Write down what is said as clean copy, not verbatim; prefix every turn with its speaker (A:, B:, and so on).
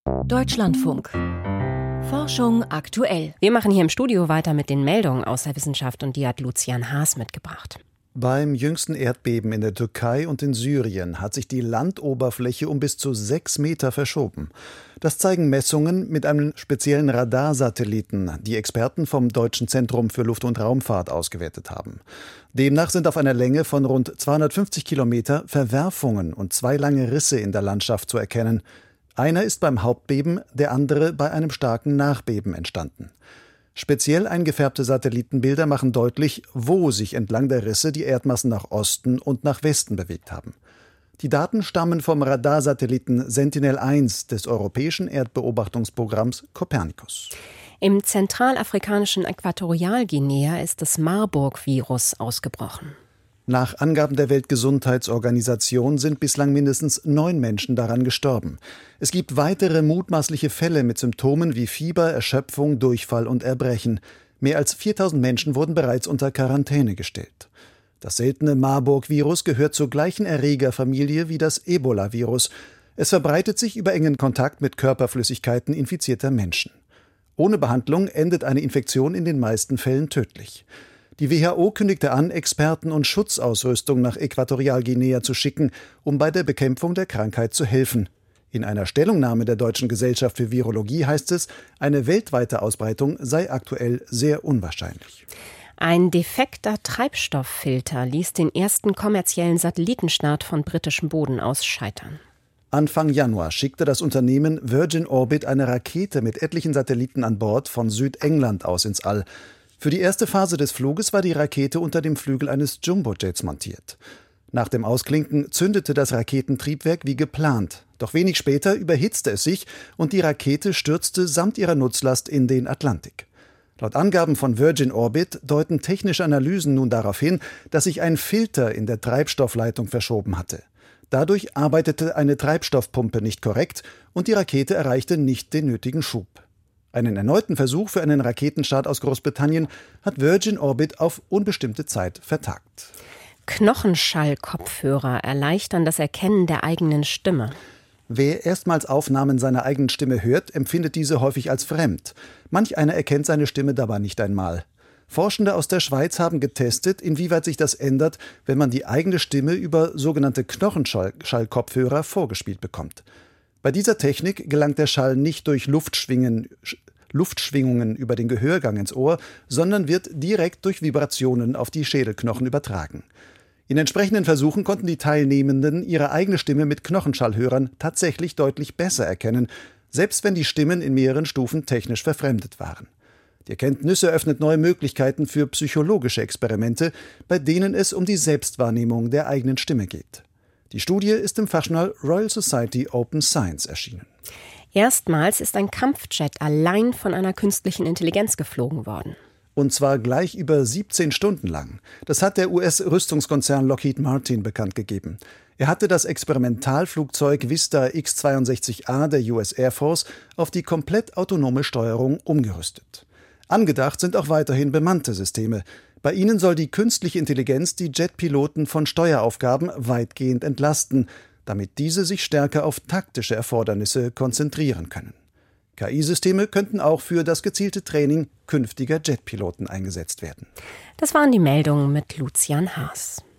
A: Deutschlandfunk. Forschung aktuell.
B: Wir machen hier im Studio weiter mit den Meldungen aus der Wissenschaft und die hat Lucian Haas mitgebracht.
C: Beim jüngsten Erdbeben in der Türkei und in Syrien hat sich die Landoberfläche um bis zu 6 Meter verschoben. Das zeigen Messungen mit einem speziellen Radarsatelliten, die Experten vom Deutschen Zentrum für Luft- und Raumfahrt ausgewertet haben. Demnach sind auf einer Länge von rund 250 Kilometer Verwerfungen und 2 lange Risse in der Landschaft zu erkennen. Einer ist beim Hauptbeben, der andere bei einem starken Nachbeben entstanden. Speziell eingefärbte Satellitenbilder machen deutlich, wo sich entlang der Risse die Erdmassen nach Osten und nach Westen bewegt haben. Die Daten stammen vom Radarsatelliten Sentinel-1 des europäischen Erdbeobachtungsprogramms Copernicus.
B: Im zentralafrikanischen Äquatorialguinea ist das Marburg-Virus ausgebrochen.
C: Nach Angaben der Weltgesundheitsorganisation sind bislang mindestens 9 Menschen daran gestorben. Es gibt weitere mutmaßliche Fälle mit Symptomen wie Fieber, Erschöpfung, Durchfall und Erbrechen. Mehr als 4000 Menschen wurden bereits unter Quarantäne gestellt. Das seltene Marburg-Virus gehört zur gleichen Erregerfamilie wie das Ebola-Virus. Es verbreitet sich über engen Kontakt mit Körperflüssigkeiten infizierter Menschen. Ohne Behandlung endet eine Infektion in den meisten Fällen tödlich. Die WHO kündigte an, Experten und Schutzausrüstung nach Äquatorialguinea zu schicken, um bei der Bekämpfung der Krankheit zu helfen. In einer Stellungnahme der Deutschen Gesellschaft für Virologie heißt es, eine weltweite Ausbreitung sei aktuell sehr unwahrscheinlich.
B: Ein defekter Treibstofffilter ließ den ersten kommerziellen Satellitenstart von britischem Boden aus scheitern.
C: Anfang Januar schickte das Unternehmen Virgin Orbit eine Rakete mit etlichen Satelliten an Bord von Südengland aus ins All. Für die erste Phase des Fluges war die Rakete unter dem Flügel eines Jumbojets montiert. Nach dem Ausklinken zündete das Raketentriebwerk wie geplant. Doch wenig später überhitzte es sich und die Rakete stürzte samt ihrer Nutzlast in den Atlantik. Laut Angaben von Virgin Orbit deuten technische Analysen nun darauf hin, dass sich ein Filter in der Treibstoffleitung verschoben hatte. Dadurch arbeitete eine Treibstoffpumpe nicht korrekt und die Rakete erreichte nicht den nötigen Schub. Einen erneuten Versuch für einen Raketenstart aus Großbritannien hat Virgin Orbit auf unbestimmte Zeit vertagt.
B: Knochenschall-Kopfhörer erleichtern das Erkennen der eigenen Stimme.
C: Wer erstmals Aufnahmen seiner eigenen Stimme hört, empfindet diese häufig als fremd. Manch einer erkennt seine Stimme dabei nicht einmal. Forschende aus der Schweiz haben getestet, inwieweit sich das ändert, wenn man die eigene Stimme über sogenannte Knochenschall-Kopfhörer vorgespielt bekommt. Bei dieser Technik gelangt der Schall nicht durch Luftschwingungen über den Gehörgang ins Ohr, sondern wird direkt durch Vibrationen auf die Schädelknochen übertragen. In entsprechenden Versuchen konnten die Teilnehmenden ihre eigene Stimme mit Knochenschallhörern tatsächlich deutlich besser erkennen, selbst wenn die Stimmen in mehreren Stufen technisch verfremdet waren. Die Erkenntnis eröffnet neue Möglichkeiten für psychologische Experimente, bei denen es um die Selbstwahrnehmung der eigenen Stimme geht. Die Studie ist im Fachjournal Royal Society Open Science erschienen.
B: Erstmals ist ein Kampfjet allein von einer künstlichen Intelligenz geflogen worden.
C: Und zwar gleich über 17 Stunden lang. Das hat der US-Rüstungskonzern Lockheed Martin bekannt gegeben. Er hatte das Experimentalflugzeug Vista X-62A der US Air Force auf die komplett autonome Steuerung umgerüstet. Angedacht sind auch weiterhin bemannte Systeme. Bei ihnen soll die künstliche Intelligenz die Jetpiloten von Steueraufgaben weitgehend entlasten, damit diese sich stärker auf taktische Erfordernisse konzentrieren können. KI-Systeme könnten auch für das gezielte Training künftiger Jetpiloten eingesetzt werden.
B: Das waren die Meldungen mit Lucian Haas.